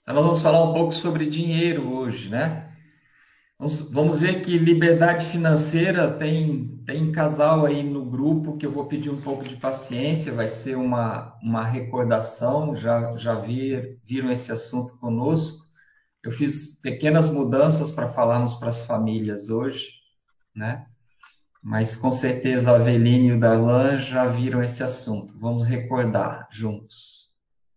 Então, nós vamos falar um pouco sobre dinheiro hoje, né? Vamos ver que liberdade financeira tem casal aí no grupo que eu vou pedir um pouco de paciência, vai ser uma recordação, viram esse assunto conosco. Eu fiz pequenas mudanças para falarmos para as famílias hoje, né? Mas com certeza a Aveline e o Darlan já viram esse assunto. Vamos recordar juntos.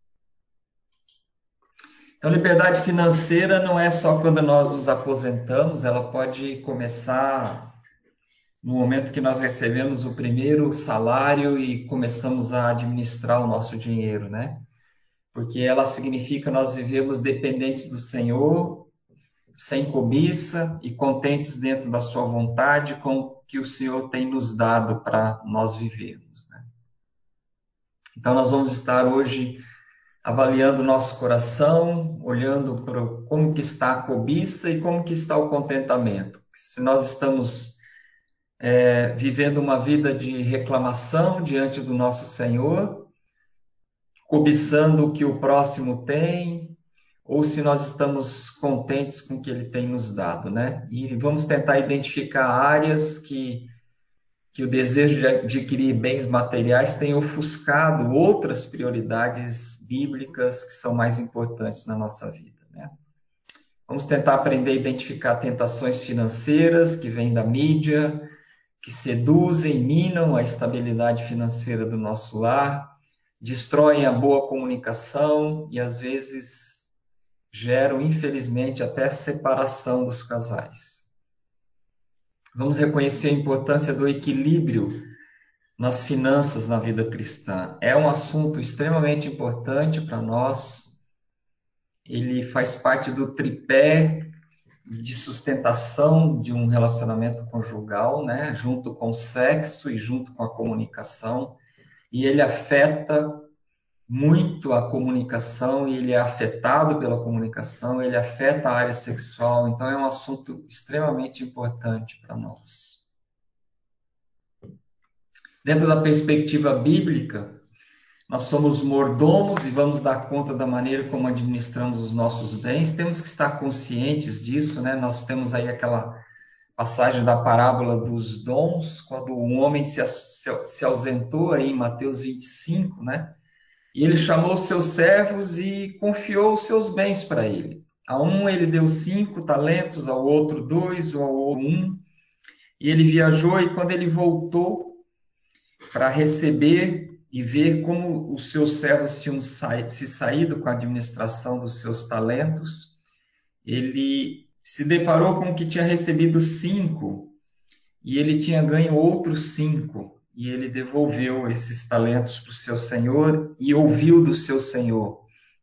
Então, liberdade financeira não é só quando nós nos aposentamos, ela pode começar no momento que nós recebemos o primeiro salário e começamos a administrar o nosso dinheiro, né? Porque ela significa nós vivemos dependentes do Senhor, sem cobiça e contentes dentro da sua vontade com o que o Senhor tem nos dado para nós vivermos, né? Então nós vamos estar hoje avaliando o nosso coração, olhando para como que está a cobiça e como que está o contentamento. Se nós estamos vivendo uma vida de reclamação diante do nosso Senhor, cobiçando o que o próximo tem, ou se nós estamos contentes com o que ele tem nos dado, né? E vamos tentar identificar áreas que o desejo de adquirir bens materiais tem ofuscado outras prioridades bíblicas que são mais importantes na nossa vida, né? Vamos tentar aprender a identificar tentações financeiras que vêm da mídia, que seduzem, minam a estabilidade financeira do nosso lar, destroem a boa comunicação e às vezes geram, infelizmente, até a separação dos casais. Vamos reconhecer a importância do equilíbrio nas finanças na vida cristã. É um assunto extremamente importante para nós. Ele faz parte do tripé de sustentação de um relacionamento conjugal, né? Junto com o sexo e junto com a comunicação. E ele afeta muito a comunicação e ele é afetado pela comunicação, ele afeta a área sexual, então é um assunto extremamente importante para nós. Dentro da perspectiva bíblica, nós somos mordomos e vamos dar conta da maneira como administramos os nossos bens, temos que estar conscientes disso, né? Nós temos aí aquela passagem da parábola dos dons, quando um homem se ausentou aí em Mateus 25, né? E ele chamou seus servos e confiou os seus bens para ele. A um ele deu 5 talentos, ao outro 2, ao outro 1. E ele viajou e quando ele voltou para receber e ver como os seus servos tinham se saído com a administração dos seus talentos, ele se deparou com que tinha recebido 5 e ele tinha ganho outros 5. E ele devolveu esses talentos para o seu senhor e ouviu do seu senhor: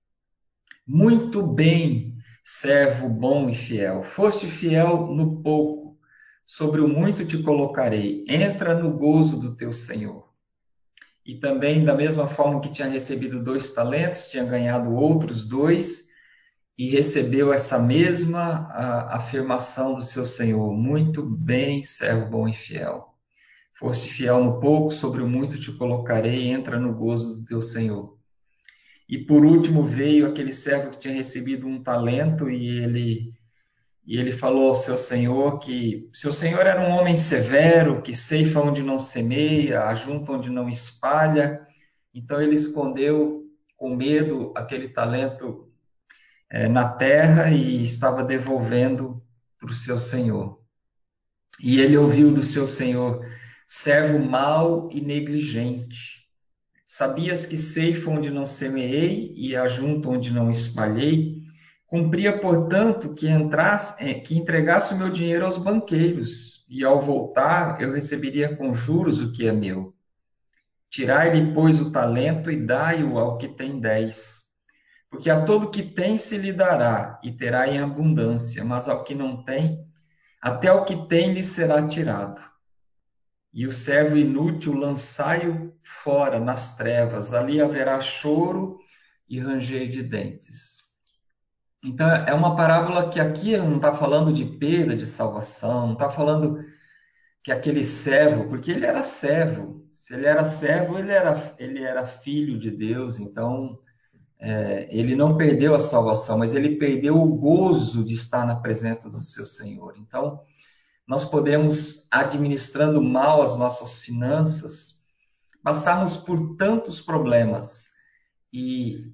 muito bem, servo bom e fiel. Foste fiel no pouco, sobre o muito te colocarei. Entra no gozo do teu Senhor. E também, da mesma forma que tinha recebido 2 talentos, tinha ganhado outros 2 e recebeu essa mesma afirmação do seu Senhor. Muito bem, servo bom e fiel. Foste fiel no pouco, sobre o muito te colocarei. Entra no gozo do teu Senhor. E por último veio aquele servo que tinha recebido 1 talento e ele falou ao seu senhor que seu senhor era um homem severo, que ceifa onde não semeia, ajunta onde não espalha. Então ele escondeu com medo aquele talento na terra e estava devolvendo para o seu senhor. E ele ouviu do seu senhor: servo mau e negligente. Sabias que ceifo onde não semeei e ajunto onde não espalhei? Cumpria, portanto, que entregasse o meu dinheiro aos banqueiros, e ao voltar eu receberia com juros o que é meu. Tirai-lhe, pois, o talento e dai-o ao que tem 10. Porque a todo que tem se lhe dará, e terá em abundância, mas ao que não tem, até o que tem lhe será tirado. E o servo inútil lançai-o fora nas trevas, ali haverá choro e ranger de dentes. Então, é uma parábola que aqui ele não está falando de perda de salvação, não está falando que aquele servo, porque ele era servo, se ele era servo, ele era filho de Deus, então Ele não perdeu a salvação, mas ele perdeu o gozo de estar na presença do seu Senhor. Então, nós podemos, administrando mal as nossas finanças, passarmos por tantos problemas e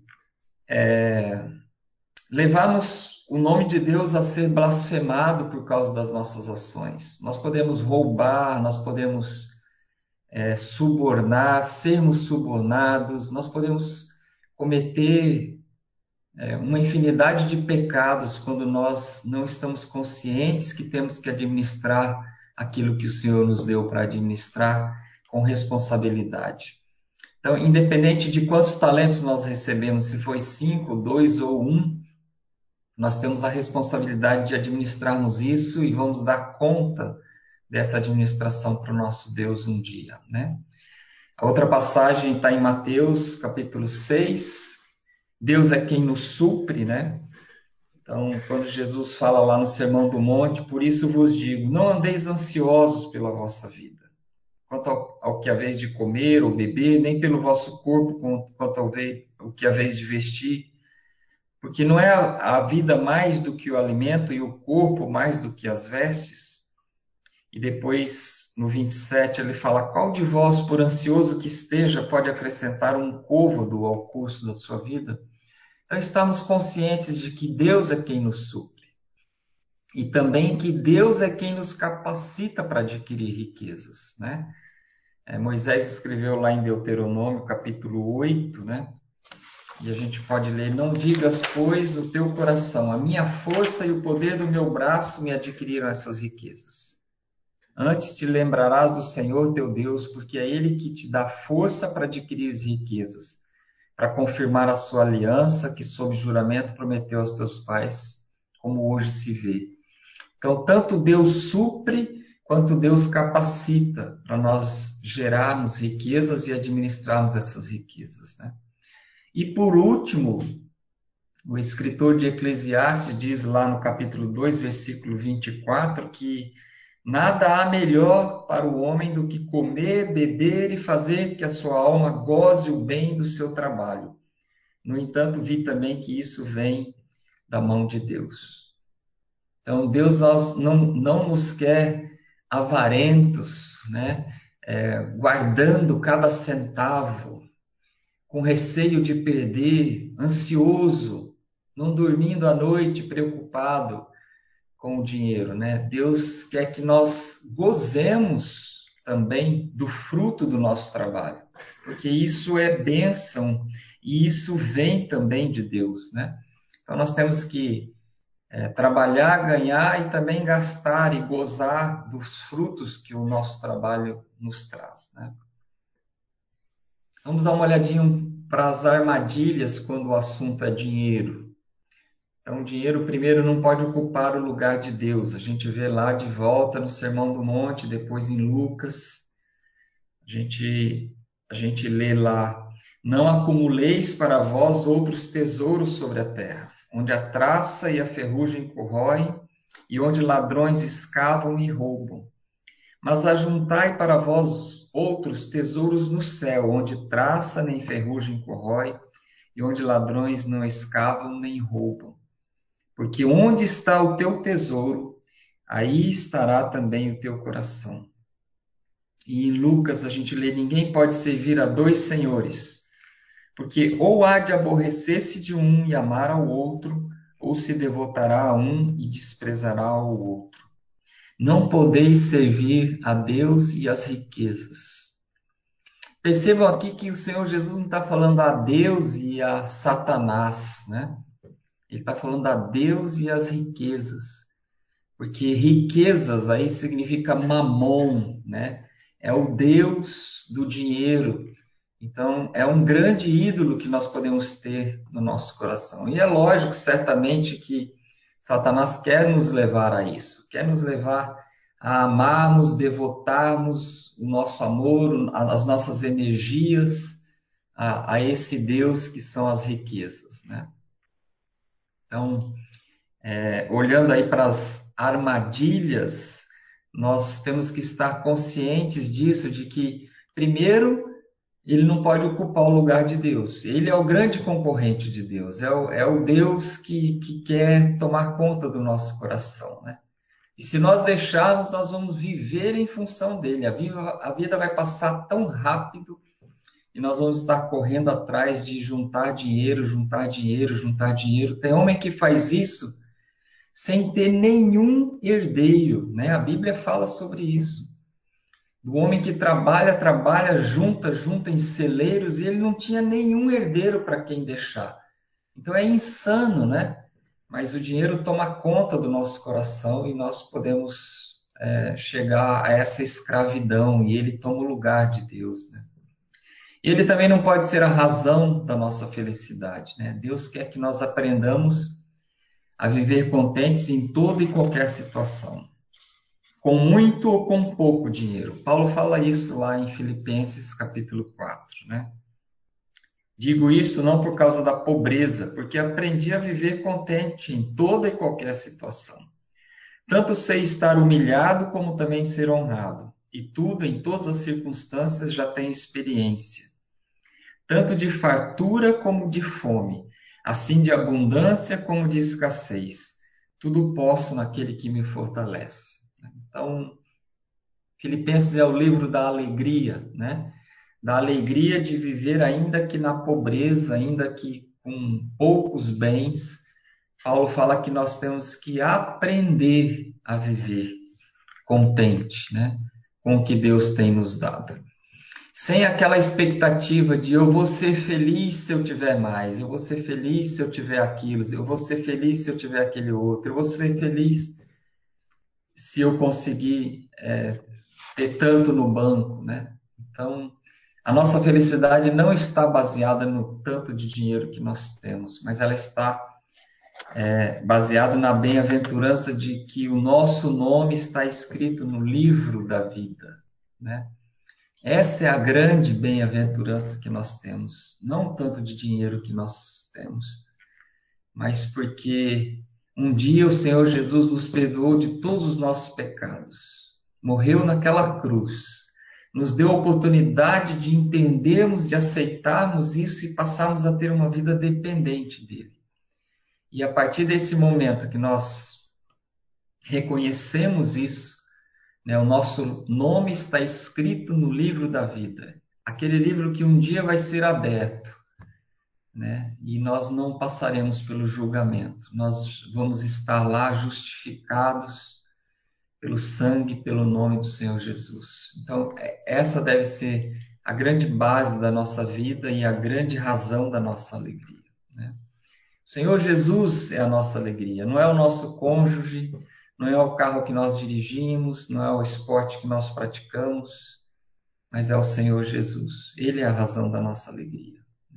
levarmos o nome de Deus a ser blasfemado por causa das nossas ações. Nós podemos roubar, nós podemos subornar, sermos subornados, nós podemos cometer uma infinidade de pecados quando nós não estamos conscientes que temos que administrar aquilo que o Senhor nos deu para administrar com responsabilidade. Então, independente de quantos talentos nós recebemos, se foi 5, 2 ou um, nós temos a responsabilidade de administrarmos isso e vamos dar conta dessa administração para o nosso Deus um dia, né? A outra passagem está em Mateus, capítulo 6. Deus é quem nos supre, né? Então, quando Jesus fala lá no Sermão do Monte, por isso vos digo, não andeis ansiosos pela vossa vida, quanto ao que haveis de comer ou beber, nem pelo vosso corpo, quanto ao que haveis de vestir, porque não é a vida mais do que o alimento e o corpo mais do que as vestes? E depois, no 27, ele fala, qual de vós, por ansioso que esteja, pode acrescentar um côvado ao curso da sua vida? Então, estamos conscientes de que Deus é quem nos supre. E também que Deus é quem nos capacita para adquirir riquezas, né? Moisés escreveu lá em Deuteronômio, capítulo 8, né? E a gente pode ler, não digas, pois, no teu coração, a minha força e o poder do meu braço me adquiriram essas riquezas. Antes te lembrarás do Senhor teu Deus, porque é Ele que te dá força para adquirir as riquezas, para confirmar a sua aliança que sob juramento prometeu aos teus pais, como hoje se vê. Então, tanto Deus supre, quanto Deus capacita para nós gerarmos riquezas e administrarmos essas riquezas, né? E por último, o escritor de Eclesiastes diz lá no capítulo 2, versículo 24, que nada há melhor para o homem do que comer, beber e fazer que a sua alma goze o bem do seu trabalho. No entanto, vi também que isso vem da mão de Deus. Então, Deus não nos quer avarentos, né? Guardando cada centavo, com receio de perder, ansioso, não dormindo à noite, preocupado com o dinheiro, né? Deus quer que nós gozemos também do fruto do nosso trabalho, porque isso é bênção e isso vem também de Deus, né? Então nós temos que trabalhar, ganhar e também gastar e gozar dos frutos que o nosso trabalho nos traz, né? Vamos dar uma olhadinha para as armadilhas quando o assunto é dinheiro. Então, o dinheiro, primeiro, não pode ocupar o lugar de Deus. A gente vê lá de volta no Sermão do Monte, depois em Lucas, a gente lê lá: não acumuleis para vós outros tesouros sobre a terra, onde a traça e a ferrugem corroem, e onde ladrões escavam e roubam. Mas ajuntai para vós outros tesouros no céu, onde traça nem ferrugem corrói, e onde ladrões não escavam nem roubam. Porque onde está o teu tesouro, aí estará também o teu coração. E em Lucas a gente lê: ninguém pode servir a dois senhores, porque ou há de aborrecer-se de um e amar ao outro, ou se devotará a um e desprezará ao outro. Não podeis servir a Deus e às riquezas. Percebam aqui que o Senhor Jesus não está falando a Deus e a Satanás, né? Ele está falando a Deus e às riquezas. Porque riquezas aí significa mamon, né? É o Deus do dinheiro. Então, é um grande ídolo que nós podemos ter no nosso coração. E é lógico, certamente, que Satanás quer nos levar a isso, quer nos levar a amarmos, devotarmos o nosso amor, as nossas energias a esse Deus que são as riquezas, né? Então, olhando aí para as armadilhas, nós temos que estar conscientes disso, de que, primeiro, ele não pode ocupar o lugar de Deus. Ele é o grande concorrente de Deus, é o Deus que quer tomar conta do nosso coração, né? E se nós deixarmos, nós vamos viver em função dele. A vida vai passar tão rápido e nós vamos estar correndo atrás de juntar dinheiro, juntar dinheiro, juntar dinheiro. Tem homem que faz isso sem ter nenhum herdeiro, né? A Bíblia fala sobre isso. Do homem que trabalha, trabalha, junta, junta em celeiros e ele não tinha nenhum herdeiro para quem deixar. Então é insano, né? Mas o dinheiro toma conta do nosso coração e nós podemos chegar a essa escravidão e ele toma o lugar de Deus, né? Ele também não pode ser a razão da nossa felicidade, né? Deus quer que nós aprendamos a viver contentes em toda e qualquer situação, com muito ou com pouco dinheiro. Paulo fala isso lá em Filipenses capítulo 4, né? Digo isso não por causa da pobreza, porque aprendi a viver contente em toda e qualquer situação. Tanto sei estar humilhado como também ser honrado, e tudo em todas as circunstâncias já tenho experiência, tanto de fartura como de fome, assim de abundância como de escassez. Tudo posso naquele que me fortalece. Então, Filipenses é o livro da alegria, né? Da alegria de viver ainda que na pobreza, ainda que com poucos bens. Paulo fala que nós temos que aprender a viver contente, né? Com o que Deus tem nos dado. Sem aquela expectativa de eu vou ser feliz se eu tiver mais, eu vou ser feliz se eu tiver aquilo, eu vou ser feliz se eu tiver aquele outro, eu vou ser feliz se eu conseguir ter tanto no banco, né? Então, a nossa felicidade não está baseada no tanto de dinheiro que nós temos, mas ela está baseada na bem-aventurança de que o nosso nome está escrito no livro da vida, né? Essa é a grande bem-aventurança que nós temos, não tanto de dinheiro que nós temos, mas porque um dia o Senhor Jesus nos perdoou de todos os nossos pecados, morreu naquela cruz, nos deu a oportunidade de entendermos, de aceitarmos isso e passarmos a ter uma vida dependente dele. E a partir desse momento que nós reconhecemos isso, né, o nosso nome está escrito no livro da vida, aquele livro que um dia vai ser aberto, né? E nós não passaremos pelo julgamento, nós vamos estar lá justificados pelo sangue, pelo nome do Senhor Jesus. Então, essa deve ser a grande base da nossa vida e a grande razão da nossa alegria, né? O Senhor Jesus é a nossa alegria, não é o nosso cônjuge, não é o carro que nós dirigimos, não é o esporte que nós praticamos, mas é o Senhor Jesus. Ele é a razão da nossa alegria.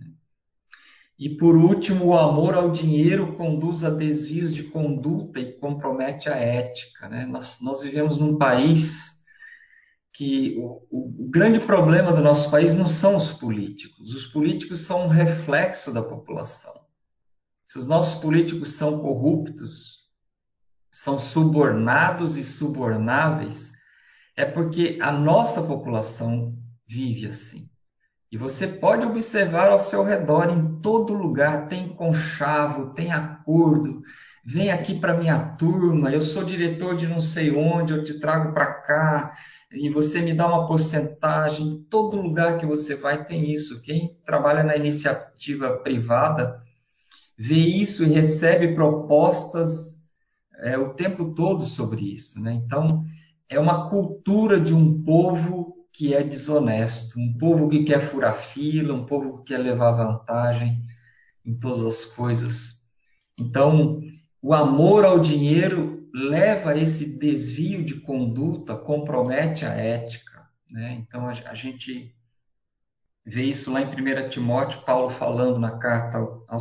E por último, o amor ao dinheiro conduz a desvios de conduta e compromete a ética, né? Nós vivemos num país que o grande problema do nosso país não são os políticos são um reflexo da população. Se os nossos políticos são corruptos, são subornados e subornáveis, é porque a nossa população vive assim. E você pode observar ao seu redor, em todo lugar, tem conchavo, tem acordo. Vem aqui para minha turma, eu sou diretor de não sei onde, eu te trago para cá, e você me dá uma porcentagem. Em todo lugar que você vai tem isso. Quem trabalha na iniciativa privada vê isso e recebe propostas o tempo todo sobre isso, né? Então, é uma cultura de um povo que é desonesto, um povo que quer furar fila, um povo que quer levar vantagem em todas as coisas. Então, o amor ao dinheiro leva a esse desvio de conduta, compromete a ética, né? Então, a gente vê isso lá em 1 Timóteo, Paulo falando na carta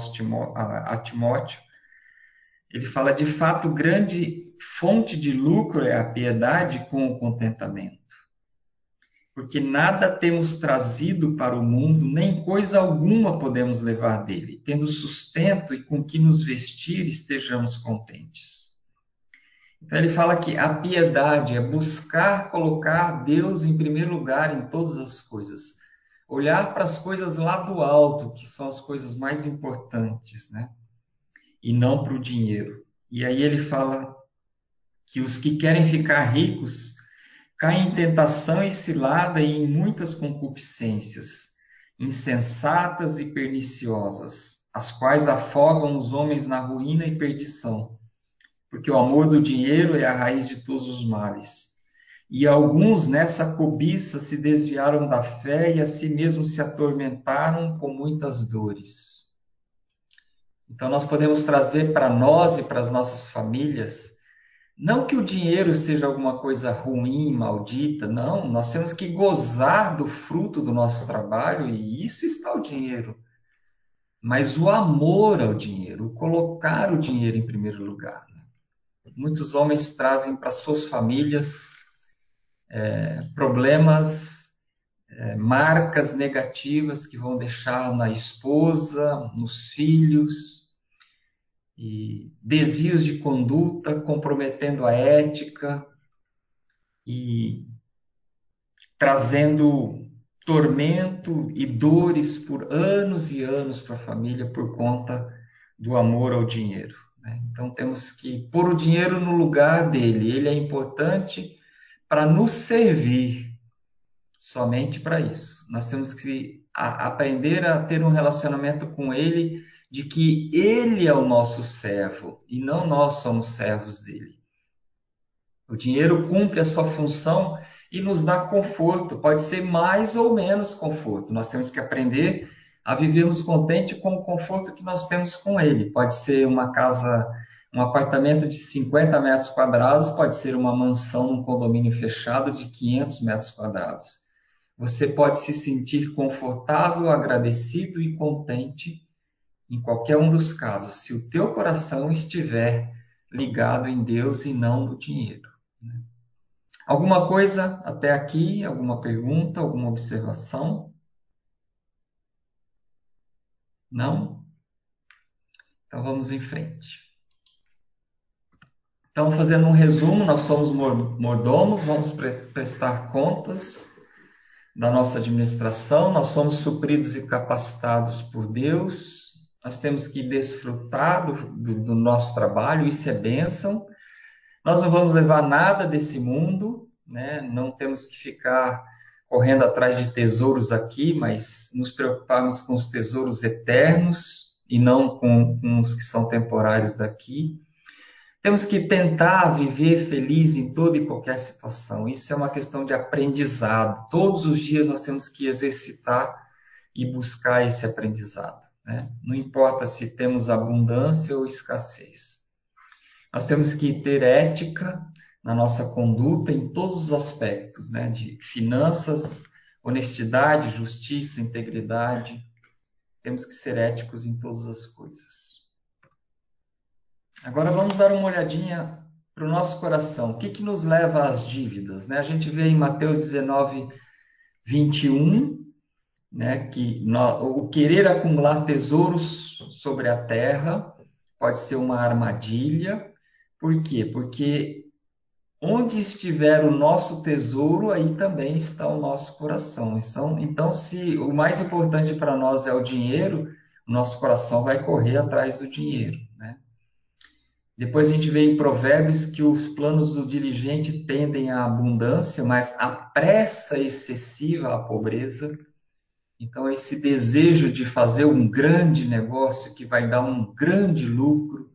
a Timóteo. Ele fala, de fato, grande fonte de lucro é a piedade com o contentamento. Porque nada temos trazido para o mundo, nem coisa alguma podemos levar dele. Tendo sustento e com que nos vestir, estejamos contentes. Então ele fala que a piedade é buscar colocar Deus em primeiro lugar em todas as coisas. olhar para as coisas lá do alto, que são as coisas mais importantes, né? E não para o dinheiro. E aí ele fala que os que querem ficar ricos caem em tentação e cilada e em muitas concupiscências, insensatas e perniciosas, as quais afogam os homens na ruína e perdição, porque o amor do dinheiro é a raiz de todos os males. E alguns nessa cobiça se desviaram da fé e a si mesmos se atormentaram com muitas dores. Então nós podemos trazer para nós e para as nossas famílias, não que o dinheiro seja alguma coisa ruim, maldita, não, nós temos que gozar do fruto do nosso trabalho e isso está o dinheiro. Mas o amor ao dinheiro, o colocar o dinheiro em primeiro lugar. Muitos homens trazem para suas famílias problemas, marcas negativas que vão deixar na esposa, nos filhos, e desvios de conduta comprometendo a ética e trazendo tormento e dores por anos e anos para a família por conta do amor ao dinheiro, né? Então temos que pôr o dinheiro no lugar dele. Ele é importante para nos servir, somente para isso. Nós temos que aprender a ter um relacionamento com ele de que ele é o nosso servo e não nós somos servos dele. O dinheiro cumpre a sua função e nos dá conforto, pode ser mais ou menos conforto. Nós temos que aprender a vivermos contente com o conforto que nós temos com ele. Pode ser uma casa, um apartamento de 50 metros quadrados, pode ser uma mansão num condomínio fechado de 500 metros quadrados. Você pode se sentir confortável, agradecido e contente em qualquer um dos casos, se o teu coração estiver ligado em Deus e não no dinheiro. Alguma coisa até aqui? Alguma pergunta? Alguma observação? Não? Então vamos em frente. Então, fazendo um resumo, nós somos mordomos, vamos prestar contas da nossa administração, nós somos supridos e capacitados por Deus, nós temos que desfrutar do nosso trabalho, isso é bênção. Nós não vamos levar nada desse mundo, né? Não temos que ficar correndo atrás de tesouros aqui, mas nos preocuparmos com os tesouros eternos e não com os que são temporários daqui. Temos que tentar viver feliz em toda e qualquer situação. Isso é uma questão de aprendizado. Todos os dias nós temos que exercitar e buscar esse aprendizado, né? Não importa se temos abundância ou escassez. Nós temos que ter ética na nossa conduta em todos os aspectos, né? De finanças, honestidade, justiça, integridade. Temos que ser éticos em todas as coisas. Agora vamos dar uma olhadinha para o nosso coração. O que nos leva às dívidas, né? A gente vê em Mateus 19, 21, né, que o querer acumular tesouros sobre a terra pode ser uma armadilha. Por quê? Porque onde estiver o nosso tesouro, aí também está o nosso coração. Então, se o mais importante para nós é o dinheiro, o nosso coração vai correr atrás do dinheiro, né? Depois a gente vê em Provérbios que os planos do diligente tendem à abundância, mas a pressa excessiva à pobreza. Então, esse desejo de fazer um grande negócio que vai dar um grande lucro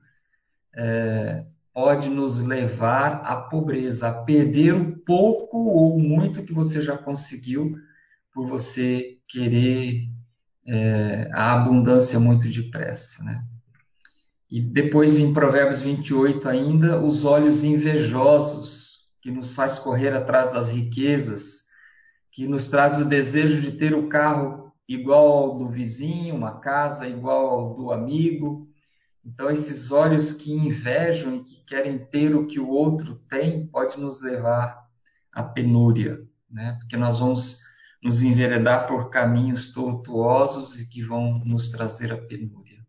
pode nos levar à pobreza, a perder o pouco ou muito que você já conseguiu por você querer a abundância muito depressa, né? E depois em Provérbios 28 ainda, os olhos invejosos, que nos faz correr atrás das riquezas, que nos traz o desejo de ter o carro igual ao do vizinho, uma casa igual ao do amigo. Então, esses olhos que invejam e que querem ter o que o outro tem, pode nos levar à penúria, né? Porque nós vamos nos enveredar por caminhos tortuosos e que vão nos trazer a penúria.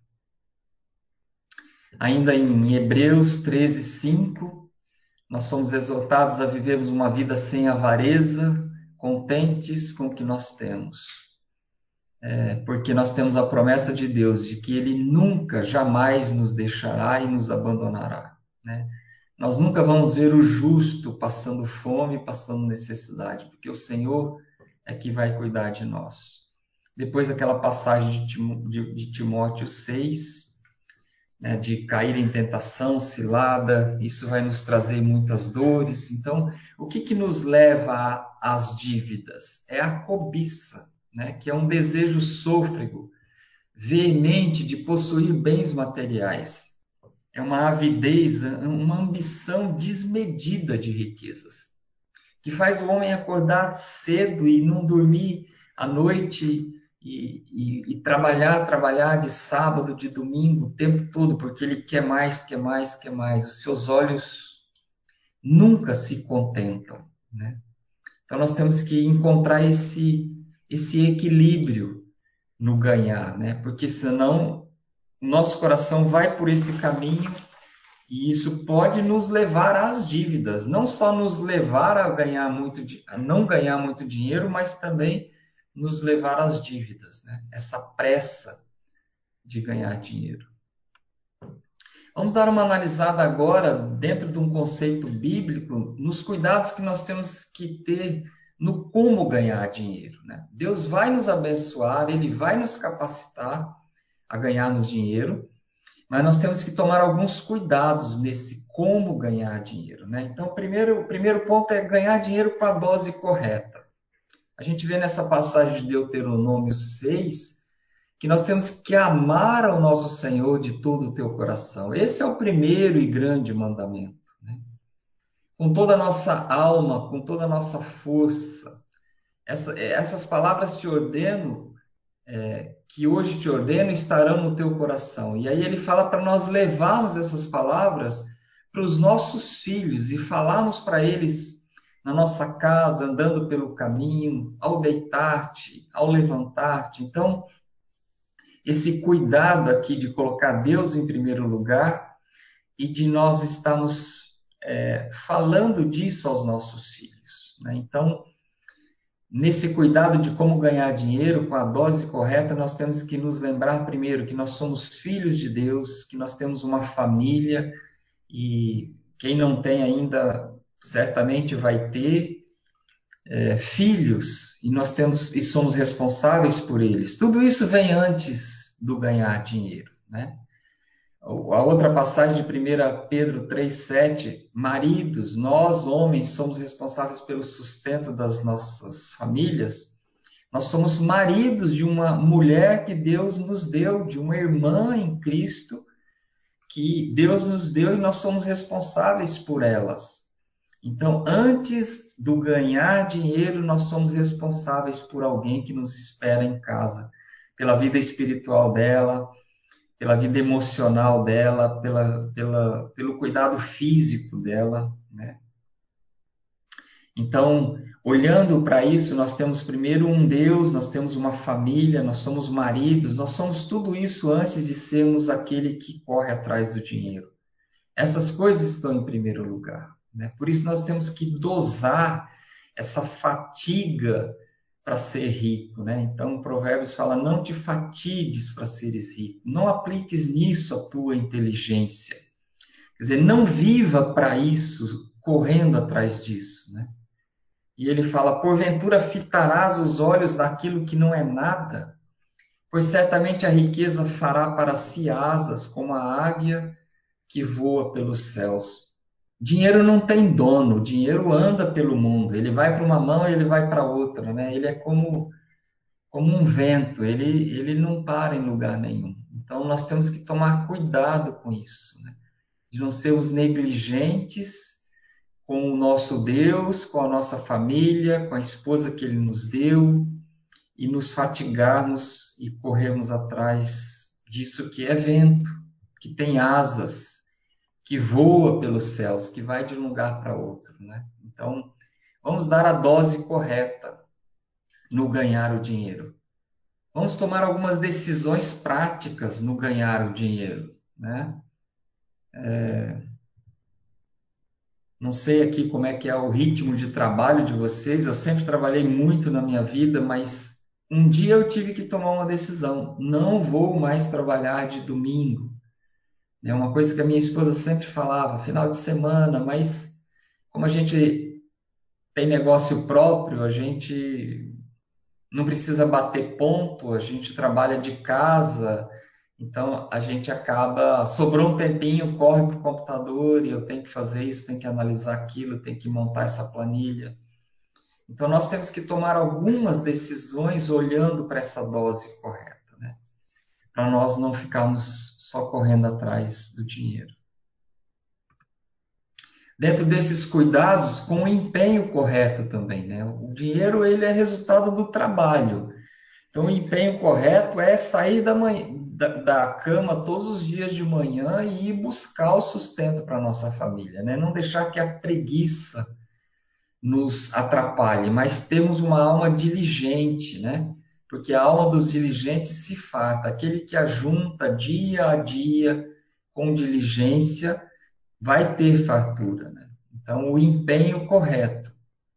Ainda em Hebreus 13, 5, nós somos exortados a vivermos uma vida sem avareza, contentes com o que nós temos. porque nós temos a promessa de Deus de que Ele nunca, jamais nos deixará e nos abandonará, né? Nós nunca vamos ver o justo passando fome, passando necessidade, porque o Senhor é que vai cuidar de nós. Depois aquela passagem de Timóteo 6, né, de cair em tentação, cilada, isso vai nos trazer muitas dores. Então, o que que nos leva às dívidas? É a cobiça, né, que é um desejo sôfrego, veemente de possuir bens materiais. É uma avidez, uma ambição desmedida de riquezas, que faz o homem acordar cedo e não dormir à noite e trabalhar, trabalhar de sábado, de domingo, o tempo todo, porque ele quer mais, quer mais, quer mais. Os seus olhos nunca se contentam, né? Então nós temos que encontrar esse equilíbrio no ganhar, né? Porque senão o nosso coração vai por esse caminho e isso pode nos levar às dívidas, não só nos levar a a não ganhar muito dinheiro, mas também nos levar às dívidas, né? Essa pressa de ganhar dinheiro. Vamos dar uma analisada agora, dentro de um conceito bíblico, nos cuidados que nós temos que ter no como ganhar dinheiro, né? Deus vai nos abençoar, Ele vai nos capacitar a ganharmos dinheiro, mas nós temos que tomar alguns cuidados nesse como ganhar dinheiro, né? Então, o primeiro ponto é ganhar dinheiro com a dose correta. A gente vê nessa passagem de Deuteronômio 6 que nós temos que amar ao nosso Senhor de todo o teu coração. Esse é o primeiro e grande mandamento, né? Com toda a nossa alma, com toda a nossa força. Essas palavras te ordeno que hoje te ordeno estarão no teu coração. E aí ele fala para nós levarmos essas palavras para os nossos filhos e falarmos para eles na nossa casa, andando pelo caminho, ao deitar-te, ao levantar-te. Então, esse cuidado aqui de colocar Deus em primeiro lugar e de nós estarmos falando disso aos nossos filhos, né? Então, nesse cuidado de como ganhar dinheiro com a dose correta, nós temos que nos lembrar primeiro que nós somos filhos de Deus, que nós temos uma família e quem não tem ainda certamente vai ter filhos e nós temos e somos responsáveis por eles. Tudo isso vem antes do ganhar dinheiro, né? A outra passagem de 1 Pedro 3,7, maridos, nós homens somos responsáveis pelo sustento das nossas famílias. Nós somos maridos de uma mulher que Deus nos deu, de uma irmã em Cristo que Deus nos deu e nós somos responsáveis por elas. Então, antes do ganhar dinheiro, nós somos responsáveis por alguém que nos espera em casa, pela vida espiritual dela, pela vida emocional dela, pelo cuidado físico dela, né? Então, olhando para isso, nós temos primeiro um Deus, nós temos uma família, nós somos maridos, nós somos tudo isso antes de sermos aquele que corre atrás do dinheiro. Essas coisas estão em primeiro lugar, né? Por isso nós temos que dosar essa fatiga para ser rico, né? Então, o Provérbios fala: não te fatigues para seres rico, não apliques nisso a tua inteligência. Quer dizer, não viva para isso, correndo atrás disso, né? E ele fala: porventura fitarás os olhos naquilo que não é nada? Pois certamente a riqueza fará para si asas, como a águia que voa pelos céus. Dinheiro não tem dono, dinheiro anda pelo mundo. Ele vai para uma mão e ele vai para outra, né? Ele é como um vento, ele não para em lugar nenhum. Então nós temos que tomar cuidado com isso, né? De não sermos negligentes com o nosso Deus, com a nossa família, com a esposa que Ele nos deu, e nos fatigarmos e corrermos atrás disso que é vento, que tem asas, que voa pelos céus, que vai de um lugar para outro, né? Então, vamos dar a dose correta no ganhar o dinheiro. Vamos tomar algumas decisões práticas no ganhar o dinheiro, né? Não sei aqui como é que é o ritmo de trabalho de vocês. Eu sempre trabalhei muito na minha vida, mas um dia eu tive que tomar uma decisão, não vou mais trabalhar de domingo. É uma coisa que a minha esposa sempre falava, final de semana, mas como a gente tem negócio próprio, a gente não precisa bater ponto, a gente trabalha de casa, então a gente acaba, sobrou um tempinho, corre para o computador e eu tenho que fazer isso, tenho que analisar aquilo, tenho que montar essa planilha. Então nós temos que tomar algumas decisões olhando para essa dose correta, né? Para nós não ficarmos só correndo atrás do dinheiro. Dentro desses cuidados, com o empenho correto também, né? O dinheiro ele é resultado do trabalho. Então, o empenho correto é sair da cama todos os dias de manhã e ir buscar o sustento para a nossa família, né? Não deixar que a preguiça nos atrapalhe, mas temos uma alma diligente, né? Porque a alma dos diligentes se farta. Aquele que ajunta dia a dia com diligência vai ter fartura, né? Então, o empenho correto.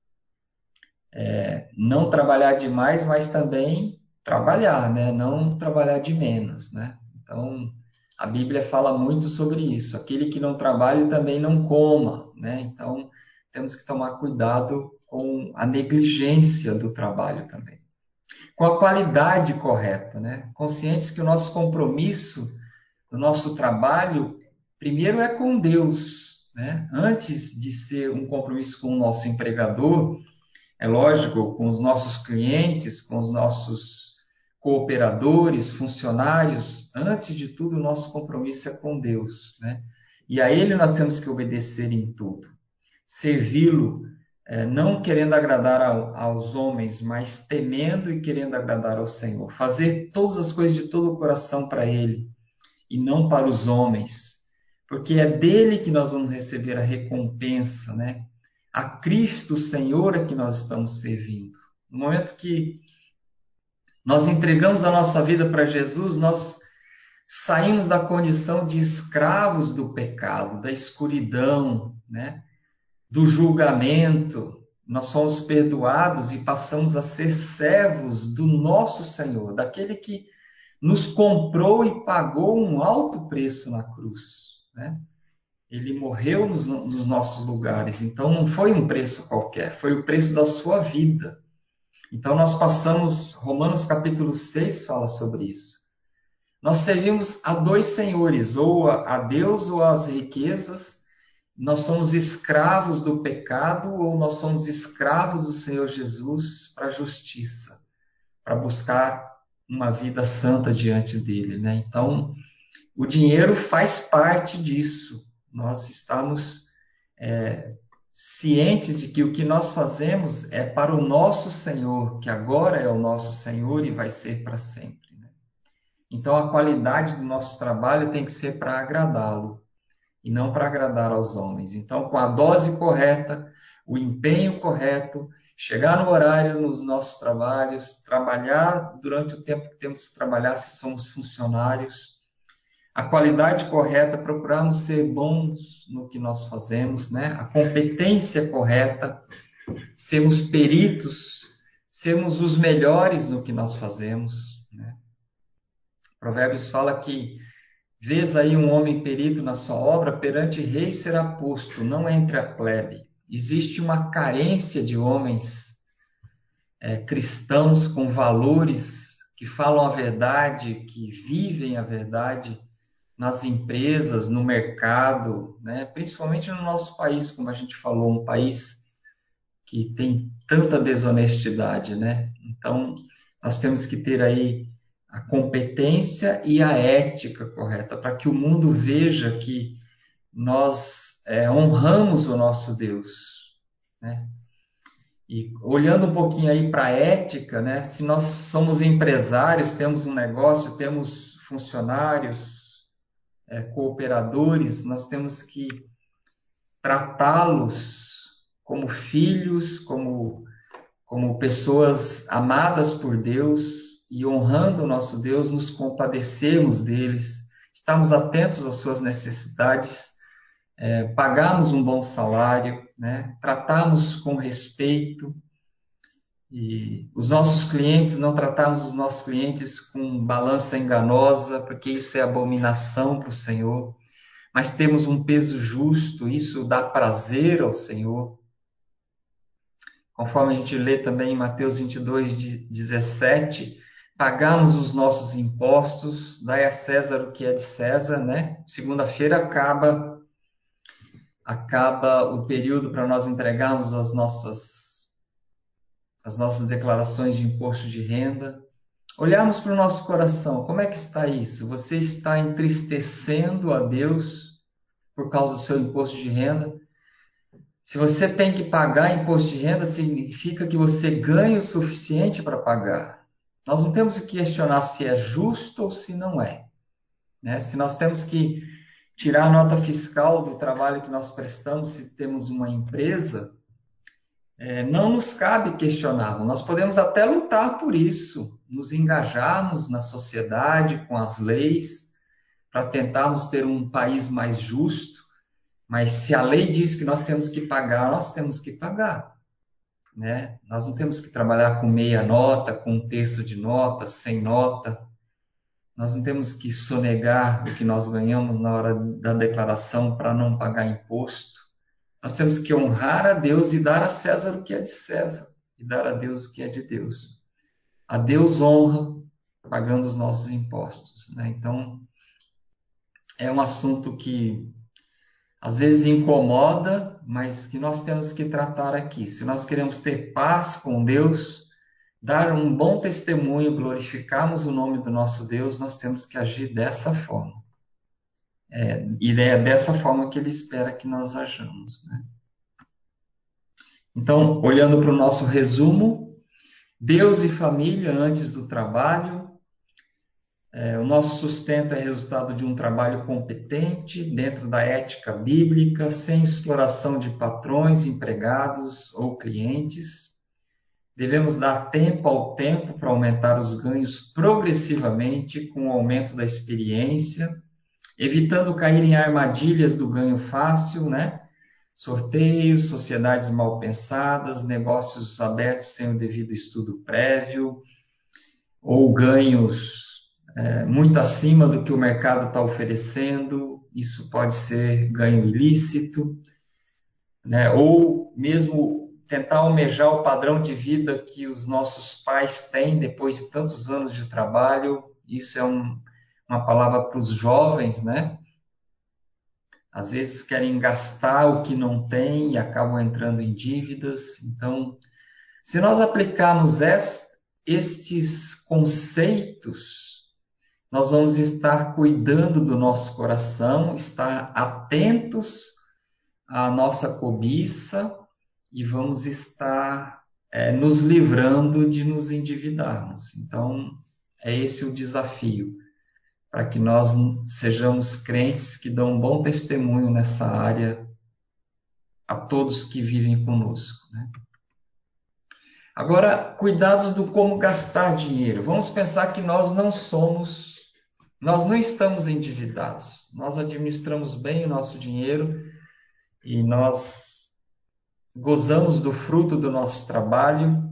Não trabalhar demais, mas também trabalhar, né? Não trabalhar de menos, né? Então, a Bíblia fala muito sobre isso. Aquele que não trabalha também não coma, né? Então, temos que tomar cuidado com a negligência do trabalho também. Com a qualidade correta, né? Conscientes que o nosso compromisso, o nosso trabalho, primeiro é com Deus, né? Antes de ser um compromisso com o nosso empregador, é lógico, com os nossos clientes, com os nossos cooperadores, funcionários, antes de tudo, o nosso compromisso é com Deus, né? E a Ele nós temos que obedecer em tudo. Servi-lo, não querendo agradar aos homens, mas temendo e querendo agradar ao Senhor. Fazer todas as coisas de todo o coração para Ele e não para os homens, porque é dele que nós vamos receber a recompensa, né? A Cristo Senhor é que nós estamos servindo. No momento que nós entregamos a nossa vida para Jesus, nós saímos da condição de escravos do pecado, da escuridão, né? Do julgamento. Nós somos perdoados e passamos a ser servos do nosso Senhor, daquele que nos comprou e pagou um alto preço na cruz, né? Ele morreu nos nossos lugares, então não foi um preço qualquer, foi o preço da sua vida. Então nós passamos, Romanos capítulo 6 fala sobre isso. Nós servimos a dois senhores, ou a Deus ou às riquezas. Nós somos escravos do pecado ou nós somos escravos do Senhor Jesus para a justiça, para buscar uma vida santa diante dele, né? Então, o dinheiro faz parte disso. Nós estamos cientes de que o que nós fazemos é para o nosso Senhor, que agora é o nosso Senhor e vai ser para sempre, né? Então, a qualidade do nosso trabalho tem que ser para agradá-lo e não para agradar aos homens. Então, com a dose correta, o empenho correto, chegar no horário nos nossos trabalhos, trabalhar durante o tempo que temos que trabalhar se somos funcionários, a qualidade correta, procurarmos ser bons no que nós fazemos, né? A competência correta, sermos peritos, sermos os melhores no que nós fazemos, né? Provérbios fala que vês aí um homem perito na sua obra, perante rei será posto, não entre a plebe. Existe uma carência de homens cristãos com valores que falam a verdade, que vivem a verdade nas empresas, no mercado, né? Principalmente no nosso país, como a gente falou, um país que tem tanta desonestidade, né? Então, nós temos que ter aí a competência e a ética correta para que o mundo veja que nós honramos o nosso Deus, né? E olhando um pouquinho aí para a ética, né? Se nós somos empresários, temos um negócio, temos funcionários, cooperadores, nós temos que tratá-los como filhos, como pessoas amadas por Deus e honrando o nosso Deus, nos compadecermos deles, estarmos atentos às suas necessidades, pagarmos um bom salário, né? Tratarmos com respeito E os nossos clientes, não tratarmos os nossos clientes com balança enganosa, porque isso é abominação para o Senhor, mas temos um peso justo, isso dá prazer ao Senhor. Conforme a gente lê também em Mateus 22, 17, pagamos os nossos impostos, dai a César o que é de César, né? Segunda-feira acaba o período para nós entregarmos as nossas declarações de imposto de renda. Olharmos para o nosso coração, como é que está isso? Você está entristecendo a Deus por causa do seu imposto de renda? Se você tem que pagar imposto de renda, significa que você ganha o suficiente para pagar. Nós não temos que questionar se é justo ou se não é, né? Se nós temos que tirar a nota fiscal do trabalho que nós prestamos, se temos uma empresa, não nos cabe questionar. Nós podemos até lutar por isso, nos engajarmos na sociedade, com as leis, para tentarmos ter um país mais justo, mas se a lei diz que nós temos que pagar, nós temos que pagar, né? Nós não temos que trabalhar com meia nota, com um terço de nota, sem nota. Nós não temos que sonegar o que nós ganhamos na hora da declaração para não pagar imposto. Nós temos que honrar a Deus e dar a César o que é de César, e dar a Deus o que é de Deus. A Deus honra pagando os nossos impostos, né? Então, é um assunto que às vezes incomoda, mas que nós temos que tratar aqui. Se nós queremos ter paz com Deus, dar um bom testemunho, glorificarmos o nome do nosso Deus, nós temos que agir dessa forma. E é dessa forma que Ele espera que nós ajamos, né? Então, olhando para o nosso resumo, Deus e família antes do trabalho. O nosso sustento é resultado de um trabalho competente, dentro da ética bíblica, sem exploração de patrões, empregados ou clientes. Devemos dar tempo ao tempo para aumentar os ganhos progressivamente com o aumento da experiência, evitando cair em armadilhas do ganho fácil, né? Sorteios, sociedades mal pensadas, negócios abertos sem o devido estudo prévio, ou ganhos muito acima do que o mercado está oferecendo. Isso pode ser ganho ilícito, né? Ou mesmo tentar almejar o padrão de vida que os nossos pais têm depois de tantos anos de trabalho. Isso é uma palavra para os jovens, né? Às vezes querem gastar o que não têm e acabam entrando em dívidas. Então, se nós aplicarmos estes conceitos, nós vamos estar cuidando do nosso coração, estar atentos à nossa cobiça e vamos estar nos livrando de nos endividarmos. Então, é esse o desafio, para que nós sejamos crentes que dão um bom testemunho nessa área a todos que vivem conosco, né? Agora, cuidados do como gastar dinheiro. Vamos pensar que nós não estamos endividados. Nós administramos bem o nosso dinheiro e nós gozamos do fruto do nosso trabalho.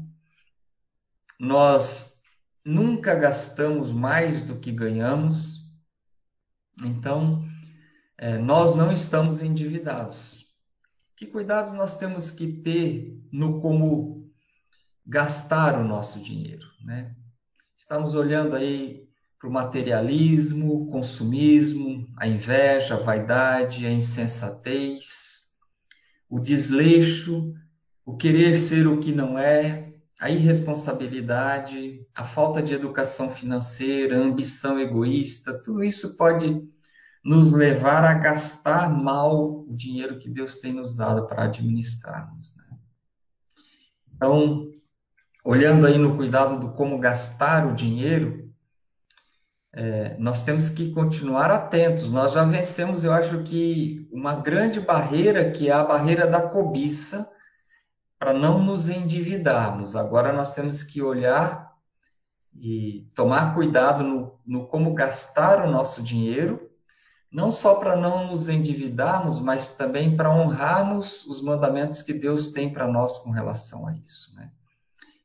Nós nunca gastamos mais do que ganhamos. Então, nós não estamos endividados. Que cuidados nós temos que ter no como gastar o nosso dinheiro, né? Estamos olhando aí para o materialismo, o consumismo, a inveja, a vaidade, a insensatez, o desleixo, o querer ser o que não é, a irresponsabilidade, a falta de educação financeira, a ambição egoísta. Tudo isso pode nos levar a gastar mal o dinheiro que Deus tem nos dado para administrarmos, né? Então, olhando aí no cuidado do como gastar o dinheiro, nós temos que continuar atentos. Nós já vencemos, eu acho que uma grande barreira, que é a barreira da cobiça, para não nos endividarmos. Agora nós temos que olhar e tomar cuidado no como gastar o nosso dinheiro, não só para não nos endividarmos, mas também para honrarmos os mandamentos que Deus tem para nós com relação a isso, né?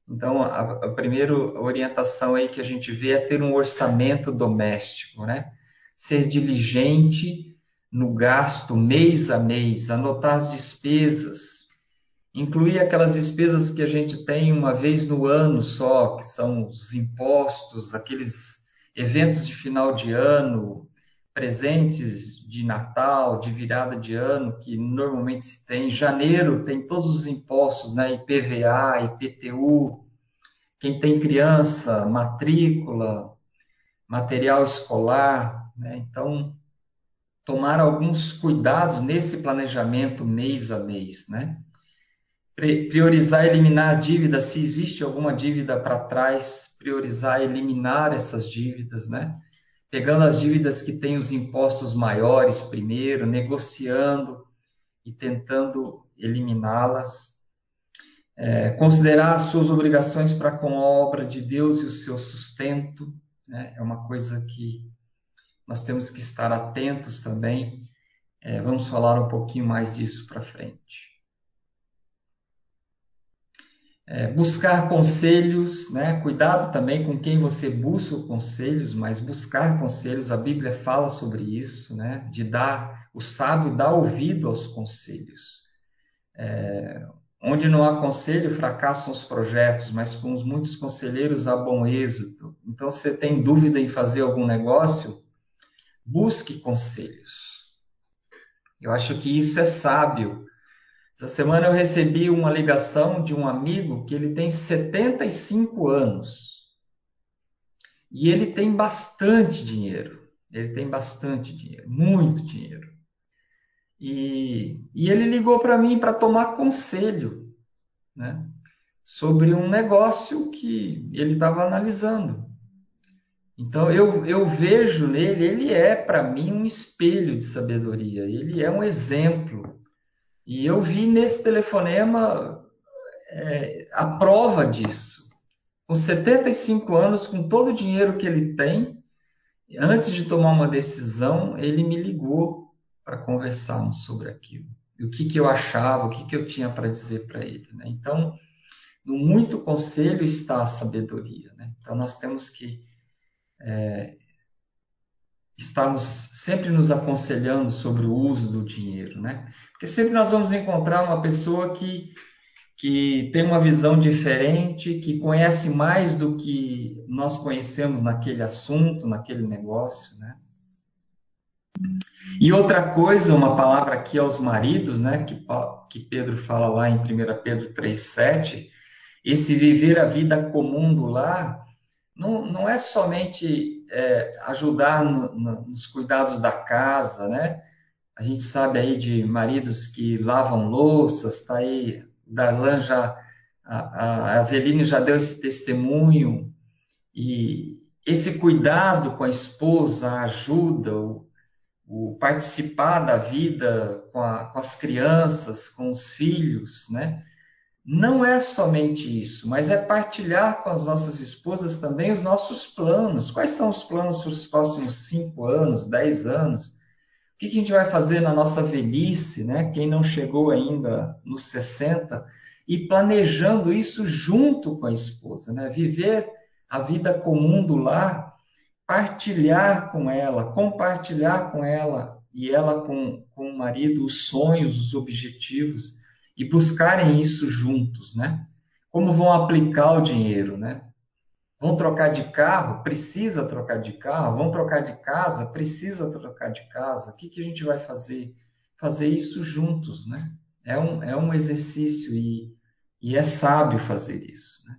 Então, a primeira orientação aí que a gente vê é ter um orçamento doméstico, né? Ser diligente no gasto mês a mês, anotar as despesas, incluir aquelas despesas que a gente tem uma vez no ano só, que são os impostos, aqueles eventos de final de ano, presentes de Natal, de virada de ano, que normalmente se tem. Em janeiro tem todos os impostos, né? IPVA, IPTU, quem tem criança, matrícula, material escolar, né? Então, tomar alguns cuidados nesse planejamento mês a mês, né? Priorizar eliminar dívidas, se existe alguma dívida para trás, priorizar eliminar essas dívidas, né? Pegando as dívidas que têm os impostos maiores primeiro, negociando e tentando eliminá-las. Considerar as suas obrigações para com a obra de Deus e o seu sustento, né? É uma coisa que nós temos que estar atentos também. Vamos falar um pouquinho mais disso para frente. Buscar conselhos, né? Cuidado também com quem você busca conselhos, mas buscar conselhos, a Bíblia fala sobre isso, né? De dar, o sábio dá ouvido aos conselhos. Onde não há conselho, fracassam os projetos, mas com os muitos conselheiros há bom êxito. Então, se você tem dúvida em fazer algum negócio, busque conselhos. Eu acho que isso é sábio. Essa semana eu recebi uma ligação de um amigo que ele tem 75 anos e ele tem bastante dinheiro. Ele tem bastante dinheiro, muito dinheiro. E ele ligou para mim para tomar conselho, né, sobre um negócio que ele estava analisando. Então eu vejo nele, ele é para mim um espelho de sabedoria, ele é um exemplo. E eu vi nesse telefonema a prova disso. Com 75 anos, com todo o dinheiro que ele tem, antes de tomar uma decisão, ele me ligou para conversarmos sobre aquilo. E o que eu achava, o que eu tinha para dizer para ele, né? Então, no muito conselho está a sabedoria, né? Então, nós temos que estarmos sempre nos aconselhando sobre o uso do dinheiro, né? Porque sempre nós vamos encontrar uma pessoa que tem uma visão diferente, que conhece mais do que nós conhecemos naquele assunto, naquele negócio, né? E outra coisa, uma palavra aqui aos maridos, né, que Pedro fala lá em 1 Pedro 3,7, esse viver a vida comum do lar, não é somente ajudar nos cuidados da casa, né? A gente sabe aí de maridos que lavam louças, tá aí, Darlan já, a Aveline já deu esse testemunho, e esse cuidado com a esposa, a ajuda, o participar da vida com as crianças, com os filhos, né? Não é somente isso, mas é partilhar com as nossas esposas também os nossos planos. Quais são os planos para os próximos 5 anos, 10 anos? O que a gente vai fazer na nossa velhice, né? Quem não chegou ainda nos 60, e planejando isso junto com a esposa, né? Viver a vida comum do lar, partilhar com ela, compartilhar com ela e ela com o marido os sonhos, os objetivos e buscarem isso juntos, né? Como vão aplicar o dinheiro, né? Vão trocar de carro? Precisa trocar de carro. Vão trocar de casa? Precisa trocar de casa. O que a gente vai fazer? Fazer isso juntos, né? É um exercício e é sábio fazer isso, né?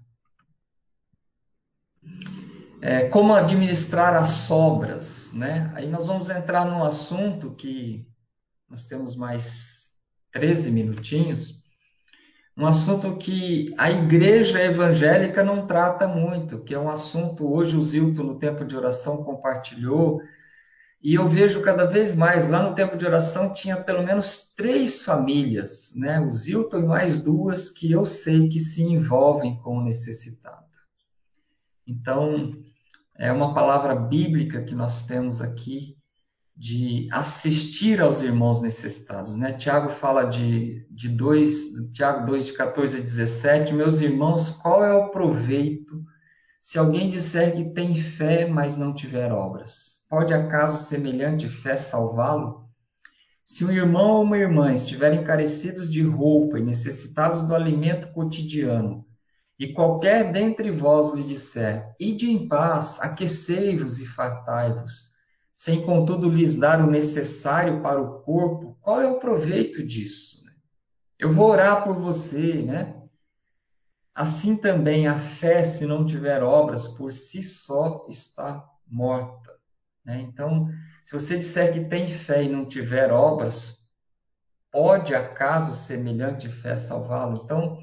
Como administrar as sobras, né? Aí nós vamos entrar num assunto que nós temos mais 13 minutinhos, um assunto que a igreja evangélica não trata muito, que é um assunto, hoje o Zilton no tempo de oração compartilhou, e eu vejo cada vez mais, lá no tempo de oração tinha pelo menos 3 famílias, né? O Zilton e mais 2 que eu sei que se envolvem com o necessitado. Então, é uma palavra bíblica que nós temos aqui, de assistir aos irmãos necessitados, né? Tiago fala Tiago 2, de 14 a 17, meus irmãos, qual é o proveito se alguém disser que tem fé, mas não tiver obras? Pode acaso semelhante fé salvá-lo? Se um irmão ou uma irmã estiverem carecidos de roupa e necessitados do alimento cotidiano, e qualquer dentre vós lhe disser, ide em paz, aquecei-vos e fartai-vos, sem contudo lhes dar o necessário para o corpo, qual é o proveito disso? Eu vou orar por você, né? Assim também a fé, se não tiver obras, por si só está morta, né? Então, se você disser que tem fé e não tiver obras, pode acaso semelhante fé salvá-lo? Então,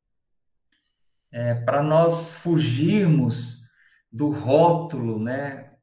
para nós fugirmos do rótulo, né,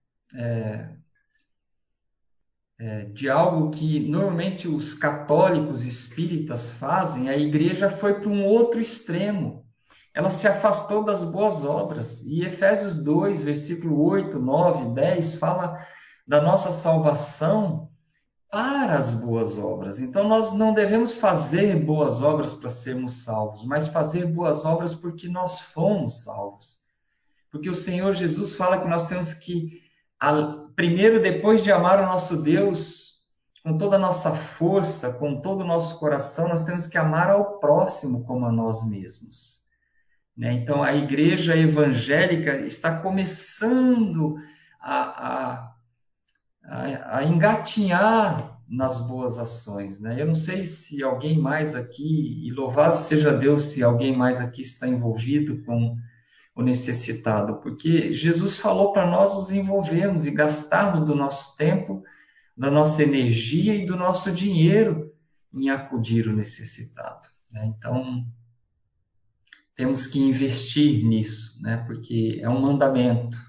de algo que normalmente os católicos espíritas fazem, a igreja foi para um outro extremo. Ela se afastou das boas obras. E Efésios 2, versículo 8, 9, 10 fala da nossa salvação para as boas obras. Então nós não devemos fazer boas obras para sermos salvos, mas fazer boas obras porque nós fomos salvos. Porque o Senhor Jesus fala que nós temos que, primeiro, depois de amar o nosso Deus com toda a nossa força, com todo o nosso coração, nós temos que amar ao próximo como a nós mesmos, né? Então, a igreja evangélica está começando a, a engatinhar nas boas ações, né? Eu não sei se alguém mais aqui, e louvado seja Deus se alguém mais aqui está envolvido com o necessitado, porque Jesus falou para nós nos envolvermos e gastarmos do nosso tempo, da nossa energia e do nosso dinheiro em acudir o necessitado, né? Então, temos que investir nisso, né? Porque é um mandamento.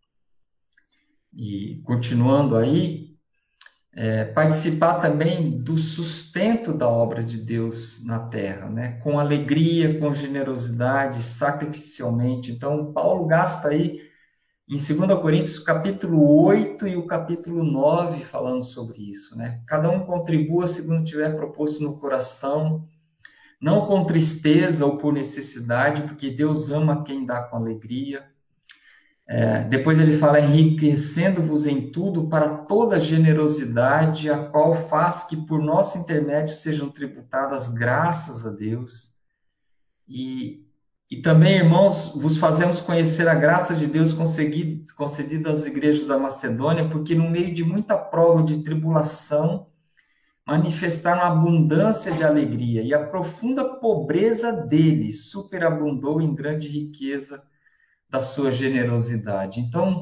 E continuando aí, participar também do sustento da obra de Deus na terra, né? Com alegria, com generosidade, sacrificialmente. Então, Paulo gasta aí em 2 Coríntios, capítulo 8 e o capítulo 9, falando sobre isso, né? Cada um contribua segundo tiver proposto no coração, não com tristeza ou por necessidade, porque Deus ama quem dá com alegria. Depois ele fala, enriquecendo-vos em tudo para toda generosidade, a qual faz que por nosso intermédio sejam tributadas graças a Deus. E, e também, irmãos, vos fazemos conhecer a graça de Deus concedida às igrejas da Macedônia, porque no meio de muita prova de tribulação, manifestaram abundância de alegria, e a profunda pobreza deles superabundou em grande riqueza da sua generosidade. Então,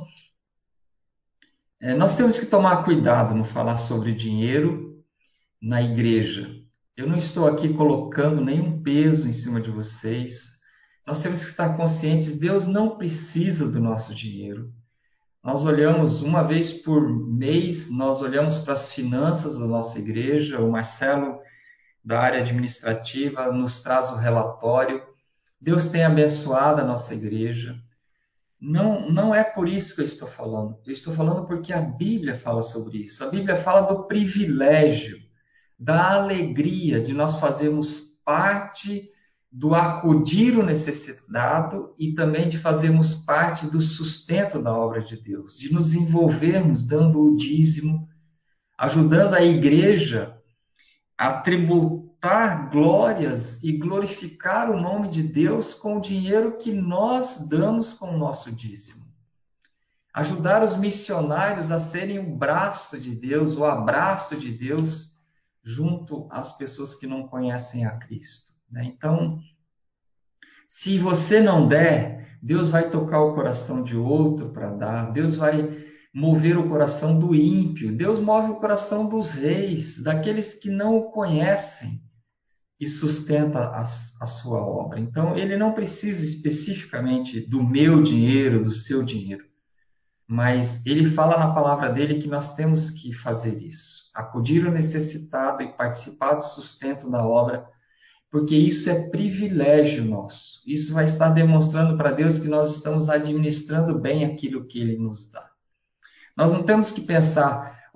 nós temos que tomar cuidado no falar sobre dinheiro na igreja. Eu não estou aqui colocando nenhum peso em cima de vocês. Nós temos que estar conscientes, Deus não precisa do nosso dinheiro. Nós olhamos uma vez por mês, nós olhamos para as finanças da nossa igreja, o Marcelo da área administrativa nos traz o relatório. Deus tem abençoado a nossa igreja. Não, não é por isso que eu estou falando. Eu estou falando porque a Bíblia fala sobre isso. A Bíblia fala do privilégio, da alegria de nós fazermos parte do acudir o necessitado e também de fazermos parte do sustento da obra de Deus, de nos envolvermos dando o dízimo, ajudando a igreja a tributar glórias e glorificar o nome de Deus com o dinheiro que nós damos com o nosso dízimo. Ajudar os missionários a serem o braço de Deus, o abraço de Deus, junto às pessoas que não conhecem a Cristo, né? Então, se você não der, Deus vai tocar o coração de outro para dar, Deus vai mover o coração do ímpio, Deus move o coração dos reis, daqueles que não o conhecem e sustenta a sua obra. Então, ele não precisa especificamente do meu dinheiro, do seu dinheiro, mas ele fala na palavra dele que nós temos que fazer isso, acudir o necessitado e participar do sustento da obra, porque isso é privilégio nosso. Isso vai estar demonstrando para Deus que nós estamos administrando bem aquilo que ele nos dá. Nós não temos que pensar,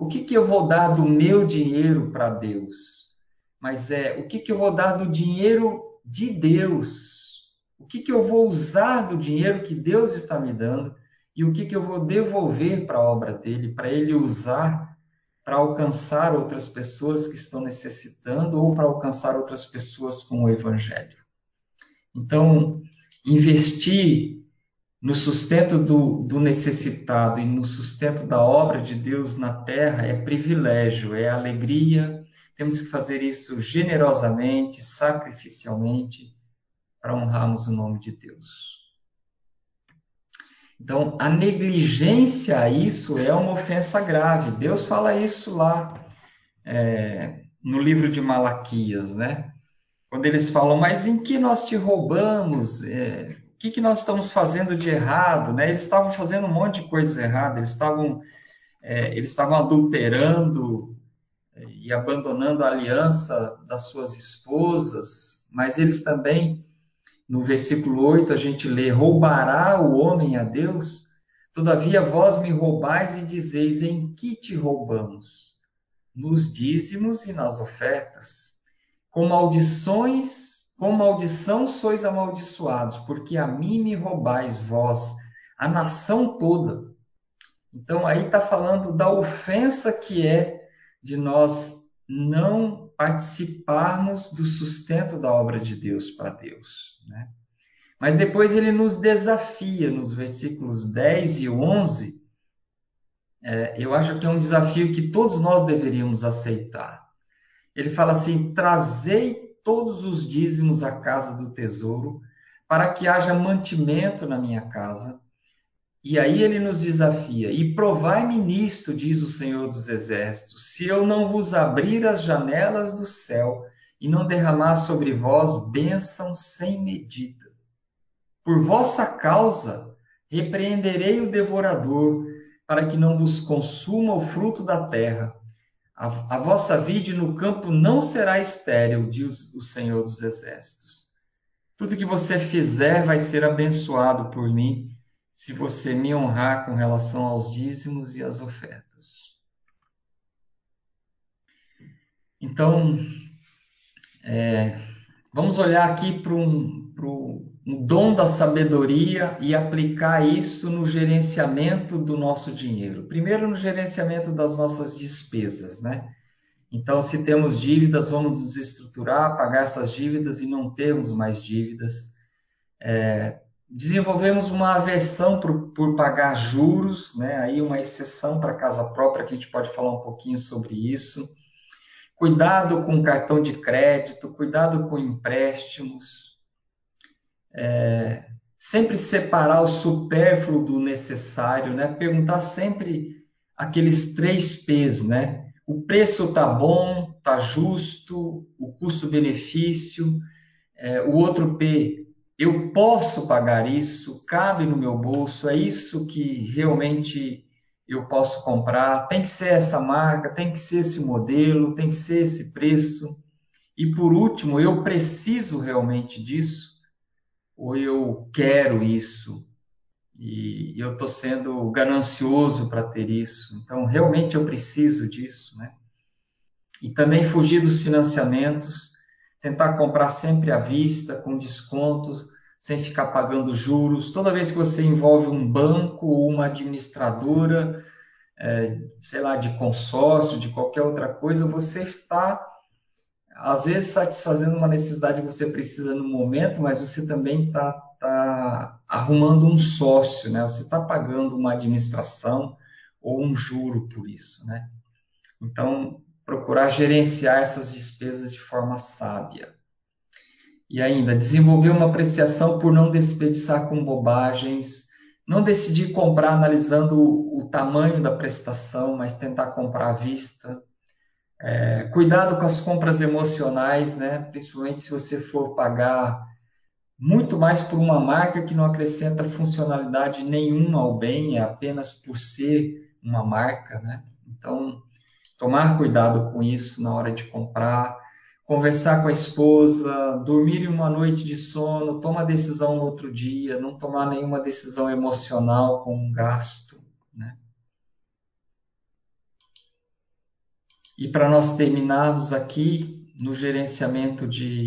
o que que eu vou dar do meu dinheiro para Deus? Mas o que que eu vou dar do dinheiro de Deus? O que que eu vou usar do dinheiro que Deus está me dando? E o que que eu vou devolver para a obra dele, para ele usar para alcançar outras pessoas que estão necessitando ou para alcançar outras pessoas com o Evangelho? Então, investir no sustento do necessitado e no sustento da obra de Deus na terra é privilégio, é alegria. Temos que fazer isso generosamente, sacrificialmente, para honrarmos o nome de Deus. Então, a negligência a isso é uma ofensa grave. Deus fala isso lá no livro de Malaquias, né? Quando eles falam, mas em que nós te roubamos? O que que nós estamos fazendo de errado? Né? Eles estavam fazendo um monte de coisas erradas, eles estavam adulterando e abandonando a aliança das suas esposas, mas eles também, no versículo 8, a gente lê, roubará o homem a Deus? Todavia vós me roubais e dizeis, em que te roubamos? Nos dízimos e nas ofertas. Com maldição sois amaldiçoados, porque a mim me roubais vós, a nação toda. Então aí está falando da ofensa que é de nós não participarmos do sustento da obra de Deus para Deus, né? Mas depois ele nos desafia nos versículos 10 e 11. Eu acho que é um desafio que todos nós deveríamos aceitar. Ele fala assim: trazei todos os dízimos à casa do tesouro, para que haja mantimento na minha casa. E aí ele nos desafia: e provai-me nisto, diz o Senhor dos Exércitos, se eu não vos abrir as janelas do céu e não derramar sobre vós bênção sem medida. Por vossa causa repreenderei o devorador, para que não vos consuma o fruto da terra. A vossa vide no campo não será estéril, diz o Senhor dos Exércitos. Tudo que você fizer vai ser abençoado por mim, se você me honrar com relação aos dízimos e às ofertas. Então, vamos olhar aqui para um dom da sabedoria e aplicar isso no gerenciamento do nosso dinheiro. Primeiro, no gerenciamento das nossas despesas, né? Então, se temos dívidas, vamos nos estruturar, pagar essas dívidas e não termos mais dívidas. Desenvolvemos uma aversão por pagar juros, né? Aí uma exceção para casa própria, que a gente pode falar um pouquinho sobre isso. Cuidado com cartão de crédito, cuidado com empréstimos. Sempre separar o supérfluo do necessário, né? Perguntar sempre aqueles 3 P's, né? O preço tá bom, tá justo, o custo-benefício. O outro P, eu posso pagar isso, cabe no meu bolso, é isso que realmente eu posso comprar, tem que ser essa marca, tem que ser esse modelo, tem que ser esse preço. E por último, eu preciso realmente disso? Ou eu quero isso? E eu estou sendo ganancioso para ter isso. Então, realmente eu preciso disso, né? E também fugir dos financiamentos, tentar comprar sempre à vista, com descontos, sem ficar pagando juros. Toda vez que você envolve um banco ou uma administradora, sei lá, de consórcio, de qualquer outra coisa, você está, às vezes, satisfazendo uma necessidade que você precisa no momento, mas você também está arrumando um sócio, né? Você está pagando uma administração ou um juro por isso, né? Então, procurar gerenciar essas despesas de forma sábia. E ainda, desenvolver uma apreciação por não desperdiçar com bobagens, não decidir comprar analisando o tamanho da prestação, mas tentar comprar à vista. Cuidado com as compras emocionais, né? Principalmente se você for pagar muito mais por uma marca que não acrescenta funcionalidade nenhuma ao bem, é apenas por ser uma marca, né? Então, tomar cuidado com isso na hora de comprar, conversar com a esposa, dormir uma noite de sono, tomar decisão no outro dia, não tomar nenhuma decisão emocional com um gasto, né? E para nós terminarmos aqui no gerenciamento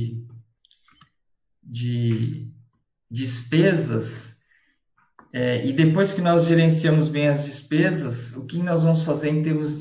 de despesas, e depois que nós gerenciamos bem as despesas, o que nós vamos fazer em termos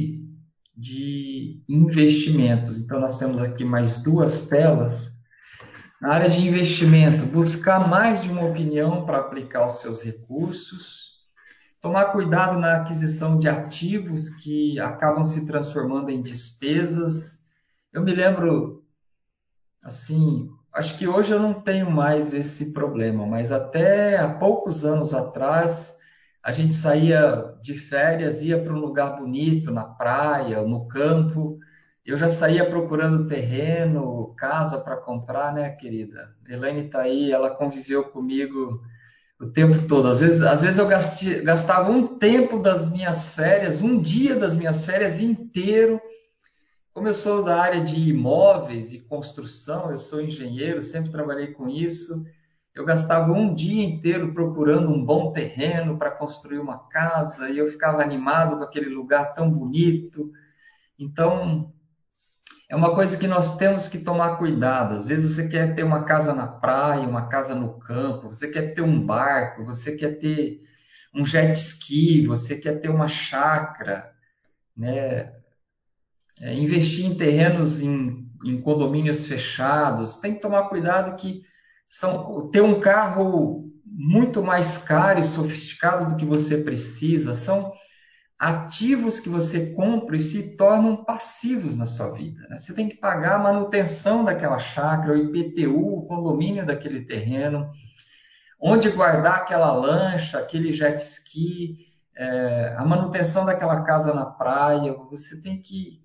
de investimentos? Então, nós temos aqui mais duas telas. Na área de investimento, buscar mais de uma opinião para aplicar os seus recursos, tomar cuidado na aquisição de ativos que acabam se transformando em despesas. Eu me lembro, assim, acho que hoje eu não tenho mais esse problema, mas até há poucos anos atrás, a gente saía de férias, ia para um lugar bonito, na praia, no campo. Eu já saía procurando terreno, casa para comprar, né, querida? Elaine está aí, ela conviveu comigo o tempo todo. Às vezes eu gastava um tempo das minhas férias, um dia das minhas férias inteiro. Como eu sou da área de imóveis e construção, eu sou engenheiro, sempre trabalhei com isso. Eu gastava um dia inteiro procurando um bom terreno para construir uma casa e eu ficava animado com aquele lugar tão bonito. Então, é uma coisa que nós temos que tomar cuidado. Às vezes você quer ter uma casa na praia, uma casa no campo, você quer ter um barco, você quer ter um jet ski, você quer ter uma chácara, né? Investir em terrenos em condomínios fechados. Tem que tomar cuidado que ter um carro muito mais caro e sofisticado do que você precisa. São ativos que você compra e se tornam passivos na sua vida, né? Você tem que pagar a manutenção daquela chácara, o IPTU, o condomínio daquele terreno, onde guardar aquela lancha, aquele jet ski, a manutenção daquela casa na praia. Você tem que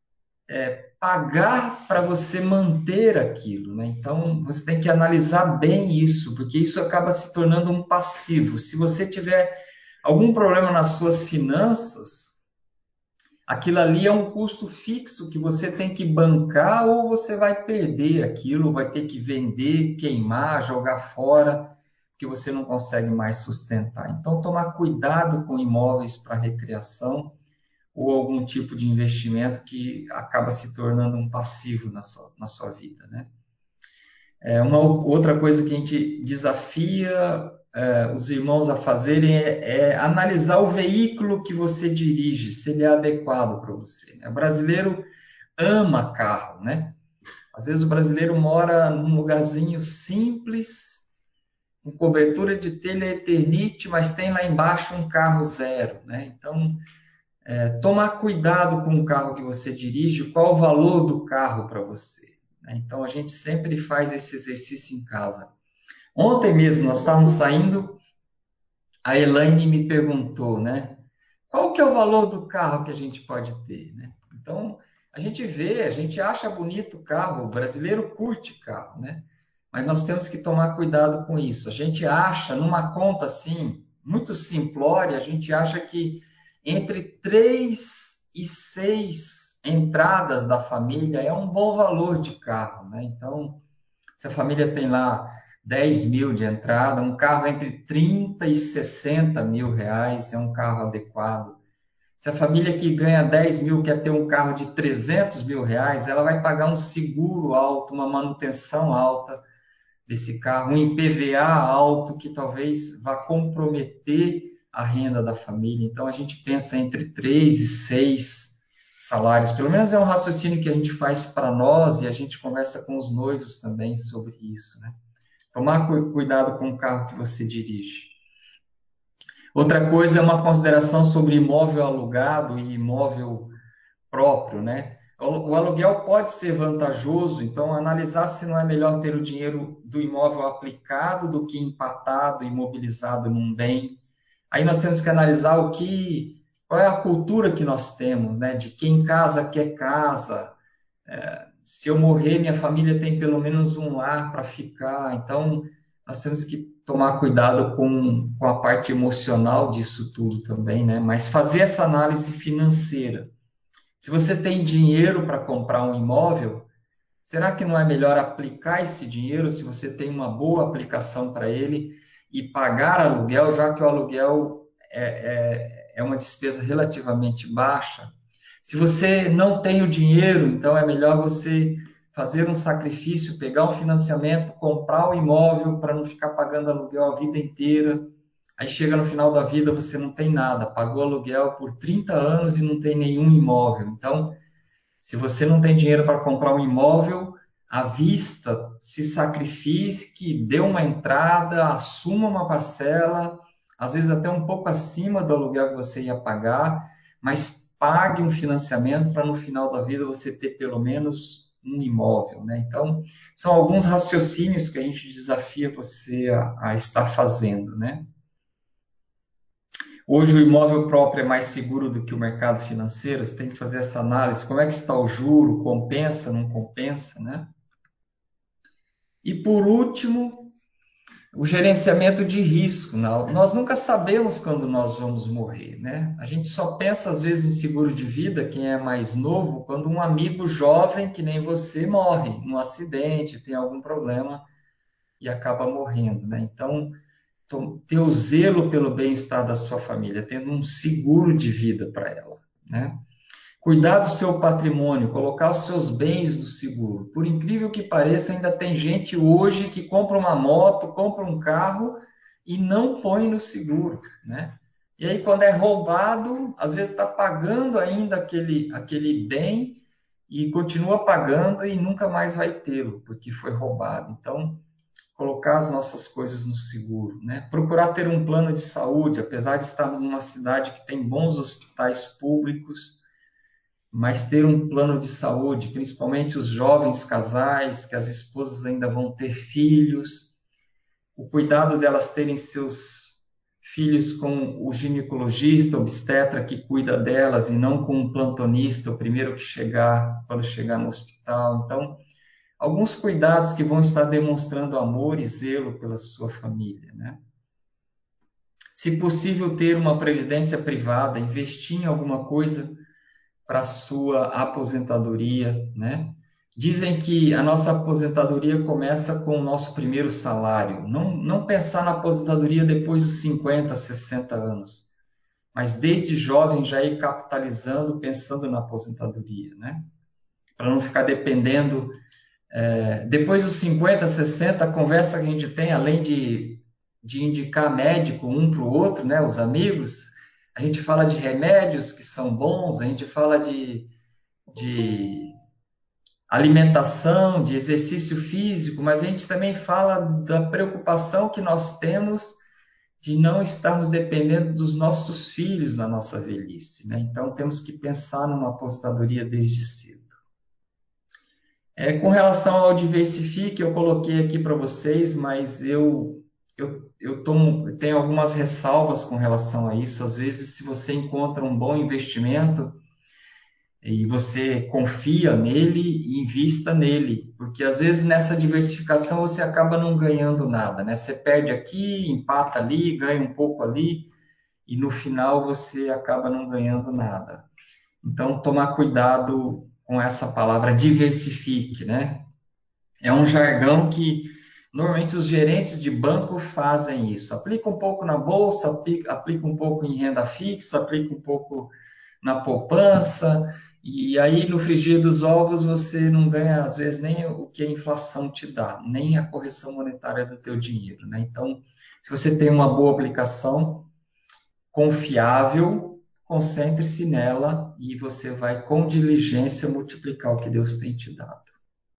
pagar para você manter aquilo, né? Então você tem que analisar bem isso, porque isso acaba se tornando um passivo. Se você tiver algum problema nas suas finanças, aquilo ali é um custo fixo que você tem que bancar ou você vai perder aquilo, vai ter que vender, queimar, jogar fora, porque você não consegue mais sustentar. Então, tomar cuidado com imóveis para recreação ou algum tipo de investimento que acaba se tornando um passivo na sua vida, né? Uma outra coisa que a gente desafia os irmãos a fazerem é analisar o veículo que você dirige, se ele é adequado para você, né? O brasileiro ama carro, né? Às vezes o brasileiro mora num lugarzinho simples, com cobertura de telha Eternit, mas tem lá embaixo um carro zero, né? Então, tomar cuidado com o carro que você dirige, qual o valor do carro para você, né? Então, a gente sempre faz esse exercício em casa. Ontem mesmo nós estávamos saindo, a Elaine me perguntou, né? Qual que é o valor do carro que a gente pode ter, né? Então, a gente vê, a gente acha bonito o carro, o brasileiro curte carro, né? Mas nós temos que tomar cuidado com isso. A gente acha, numa conta assim, muito simplória, a gente acha que entre 3 e 6 entradas da família é um bom valor de carro, né? Então, se a família tem lá 10 mil de entrada, um carro entre 30 e 60 mil reais é um carro adequado. Se a família que ganha 10 mil quer ter um carro de 300 mil reais, ela vai pagar um seguro alto, uma manutenção alta desse carro, um IPVA alto que talvez vá comprometer a renda da família. Então a gente pensa entre 3 e 6 salários, pelo menos é um raciocínio que a gente faz para nós e a gente conversa com os noivos também sobre isso, né? Tomar cuidado com o carro que você dirige. Outra coisa é uma consideração sobre imóvel alugado e imóvel próprio, né? O aluguel pode ser vantajoso, então analisar se não é melhor ter o dinheiro do imóvel aplicado do que empatado, imobilizado num bem. Aí nós temos que analisar qual é a cultura que nós temos, né? De quem casa quer casa. Se eu morrer, minha família tem pelo menos um lar para ficar. Então, nós temos que tomar cuidado com a parte emocional disso tudo também, né? Mas fazer essa análise financeira. Se você tem dinheiro para comprar um imóvel, será que não é melhor aplicar esse dinheiro se você tem uma boa aplicação para ele e pagar aluguel, já que o aluguel é uma despesa relativamente baixa? Se você não tem o dinheiro, então é melhor você fazer um sacrifício, pegar um financiamento, comprar o imóvel para não ficar pagando aluguel a vida inteira. Aí chega no final da vida, você não tem nada, pagou aluguel por 30 anos e não tem nenhum imóvel. Então, se você não tem dinheiro para comprar um imóvel, à vista, se sacrifique, dê uma entrada, assuma uma parcela, às vezes até um pouco acima do aluguel que você ia pagar, mas pague um financiamento para no final da vida você ter pelo menos um imóvel, né? Então, são alguns raciocínios que a gente desafia você a estar fazendo, né? Hoje o imóvel próprio é mais seguro do que o mercado financeiro, você tem que fazer essa análise, como é que está o juro, compensa, não compensa, né? E por último, o gerenciamento de risco. Nós nunca sabemos quando nós vamos morrer, né? A gente só pensa às vezes em seguro de vida, quem é mais novo, quando um amigo jovem que nem você morre num acidente, tem algum problema e acaba morrendo, né? Então, ter o zelo pelo bem-estar da sua família, tendo um seguro de vida para ela, né? Cuidar do seu patrimônio, colocar os seus bens no seguro. Por incrível que pareça, ainda tem gente hoje que compra uma moto, compra um carro e não põe no seguro, né? E aí, quando é roubado, às vezes está pagando ainda aquele bem e continua pagando e nunca mais vai tê-lo, porque foi roubado. Então, colocar as nossas coisas no seguro, né? Procurar ter um plano de saúde, apesar de estarmos numa cidade que tem bons hospitais públicos, mas ter um plano de saúde, principalmente os jovens casais, que as esposas ainda vão ter filhos, o cuidado delas terem seus filhos com o ginecologista, obstetra que cuida delas e não com um plantonista, o primeiro que chegar, quando chegar no hospital. Então, alguns cuidados que vão estar demonstrando amor e zelo pela sua família, né? Se possível, ter uma previdência privada, investir em alguma coisa para a sua aposentadoria, né? Dizem que a nossa aposentadoria começa com o nosso primeiro salário. Não pensar na aposentadoria depois dos 50, 60 anos, mas desde jovem já ir capitalizando, pensando na aposentadoria, né? Para não ficar dependendo. Depois dos 50, 60, a conversa que a gente tem, além de indicar médico um para o outro, né, os amigos, a gente fala de remédios que são bons, a gente fala de alimentação, de exercício físico, mas a gente também fala da preocupação que nós temos de não estarmos dependendo dos nossos filhos na nossa velhice, né? Então temos que pensar numa aposentadoria desde cedo. Com relação ao diversifique, eu coloquei aqui para vocês, mas eu tenho algumas ressalvas com relação a isso. Às vezes, se você encontra um bom investimento, e você confia nele e invista nele, porque às vezes nessa diversificação você acaba não ganhando nada, né? Você perde aqui, empata ali, ganha um pouco ali e no final você acaba não ganhando nada. Então, tomar cuidado com essa palavra diversifique, né? É um jargão que normalmente os gerentes de banco fazem isso. Aplica um pouco na bolsa, aplica um pouco em renda fixa, aplica um pouco na poupança, e aí no frigir dos ovos você não ganha, às vezes, nem o que a inflação te dá, nem a correção monetária do teu dinheiro, né? Então, se você tem uma boa aplicação, confiável, concentre-se nela e você vai, com diligência, multiplicar o que Deus tem te dado.